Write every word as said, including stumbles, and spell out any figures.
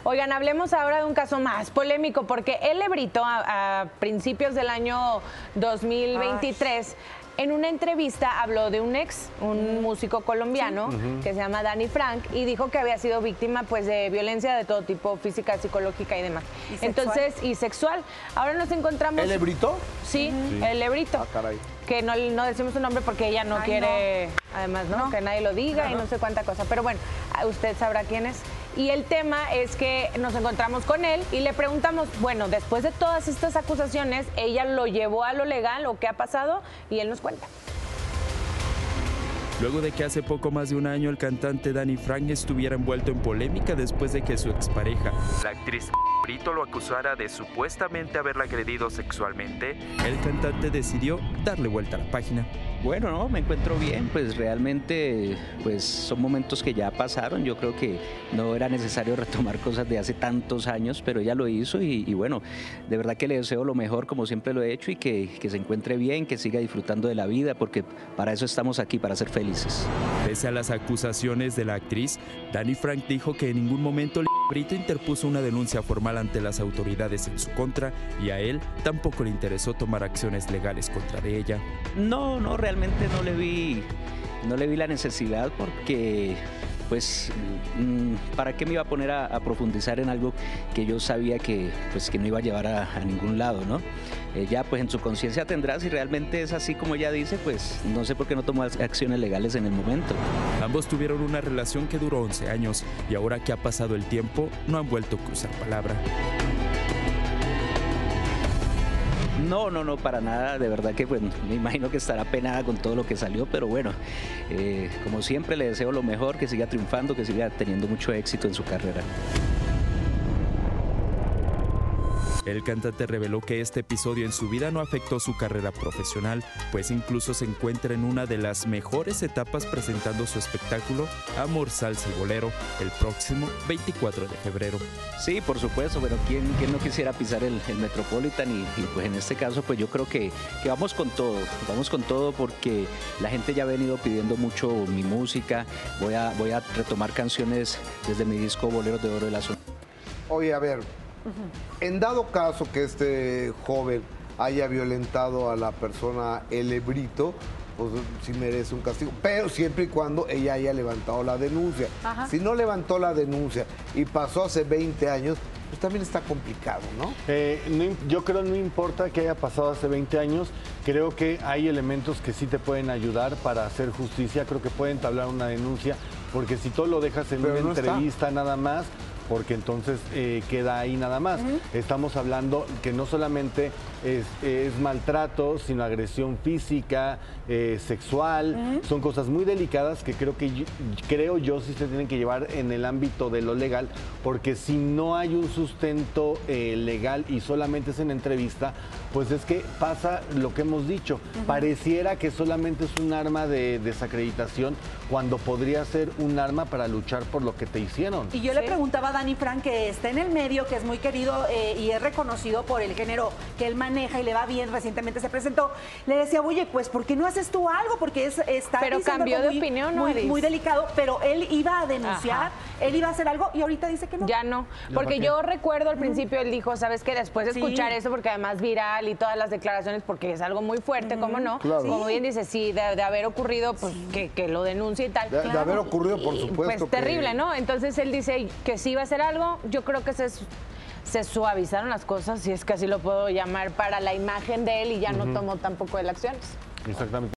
Oigan, hablemos ahora de un caso más polémico, porque El Brito, a, a principios del año dos mil veintitrés, Ay. en una entrevista habló de un ex, un músico colombiano, sí. uh-huh. que se llama Dani Frank, y dijo que había sido víctima pues de violencia de todo tipo, física, psicológica y demás. ¿Y Entonces, sexual? y sexual. Ahora nos encontramos... ¿El Brito? Sí, uh-huh. El Brito. Ah, caray. Que no, no decimos su nombre porque ella no Ay, quiere, no. además, ¿no? no, que nadie lo diga no. y no sé cuánta cosa. Pero bueno, usted sabrá quién es. Y el tema es que nos encontramos con él y le preguntamos, bueno, después de todas estas acusaciones, ¿ella lo llevó a lo legal o qué ha pasado? Y él nos cuenta. Luego de que hace poco más de un año el cantante Dani Frank estuviera envuelto en polémica después de que su expareja, la actriz Brito, lo acusara de supuestamente haberla agredido sexualmente, el cantante decidió darle vuelta a la página. Bueno, no, me encuentro bien, pues realmente pues son momentos que ya pasaron, yo creo que no era necesario retomar cosas de hace tantos años, pero ella lo hizo y, y bueno, de verdad que le deseo lo mejor como siempre lo he hecho y que, que se encuentre bien, que siga disfrutando de la vida, porque para eso estamos aquí, para ser felices. Pese a las acusaciones de la actriz, Dani Frank dijo que en ningún momento Brito interpuso una denuncia formal ante las autoridades en su contra y a él tampoco le interesó tomar acciones legales contra de ella. No, no, realmente no le vi, no le vi la necesidad porque, pues, ¿para qué me iba a poner a, a profundizar en algo que yo sabía que, pues, que no iba a llevar a, a ningún lado, ¿no? Ella, pues, en su conciencia tendrá, si realmente es así como ella dice, pues, no sé por qué no tomó acciones legales en el momento. Ambos tuvieron una relación que duró once años y ahora que ha pasado el tiempo, no han vuelto a cruzar palabra. No, no, no, para nada, de verdad que pues, me imagino que estará penada con todo lo que salió, pero bueno, eh, como siempre le deseo lo mejor, que siga triunfando, que siga teniendo mucho éxito en su carrera. El cantante reveló que este episodio en su vida no afectó su carrera profesional, pues incluso se encuentra en una de las mejores etapas presentando su espectáculo Amor, Salsa y Bolero el próximo veinticuatro de febrero. Sí, por supuesto, pero ¿quién, quién no quisiera pisar el, el Metropolitan? Y, y pues en este caso pues yo creo que, que vamos con todo, vamos con todo porque la gente ya ha venido pidiendo mucho mi música, voy a, voy a retomar canciones desde mi disco Boleros de Oro de la Zona. Oye, a ver, en dado caso que este joven haya violentado a la persona El Brito, pues sí merece un castigo, pero siempre y cuando ella haya levantado la denuncia. Ajá. Si no levantó la denuncia y pasó hace veinte años, pues también está complicado, ¿no? Eh, no yo creo no importa que haya pasado hace veinte años, creo que hay elementos que sí te pueden ayudar para hacer justicia, creo que pueden entablar una denuncia, porque si tú lo dejas en pero una no entrevista está. nada más, porque entonces eh, queda ahí nada más. Uh-huh. Estamos hablando que no solamente es, es maltrato, sino agresión física, eh, sexual, uh-huh. son cosas muy delicadas que creo que yo, creo yo sí se tienen que llevar en el ámbito de lo legal, porque si no hay un sustento eh, legal y solamente es en entrevista, pues es que pasa lo que hemos dicho, uh-huh. pareciera que solamente es un arma de desacreditación cuando podría ser un arma para luchar por lo que te hicieron. Y yo ¿Sí? le preguntaba a Dani Frank, que está en el medio, que es muy querido eh, y es reconocido por el género que él maneja y le va bien, recientemente se presentó, le decía, oye, pues, ¿por qué no haces tú algo? Porque es, está pero cambió de muy, opinión, ¿no? Muy, muy delicado, pero él iba a denunciar, Ajá. él iba a hacer algo y ahorita dice que no. Ya no, porque yo recuerdo al principio él dijo, ¿sabes qué? Después de escuchar sí. eso, porque además viral y todas las declaraciones, porque es algo muy fuerte, uh-huh. ¿cómo no? Claro. Como bien dice, sí, de, de haber ocurrido, pues sí. que, que lo denuncie y tal. De, claro. de haber ocurrido, por supuesto. Pues que... terrible, ¿no? Entonces él dice que sí iba a hacer algo, yo creo que se, se suavizaron las cosas, si es que así lo puedo llamar, para la imagen de él y ya uh-huh. no tomó tampoco de las acciones. Exactamente.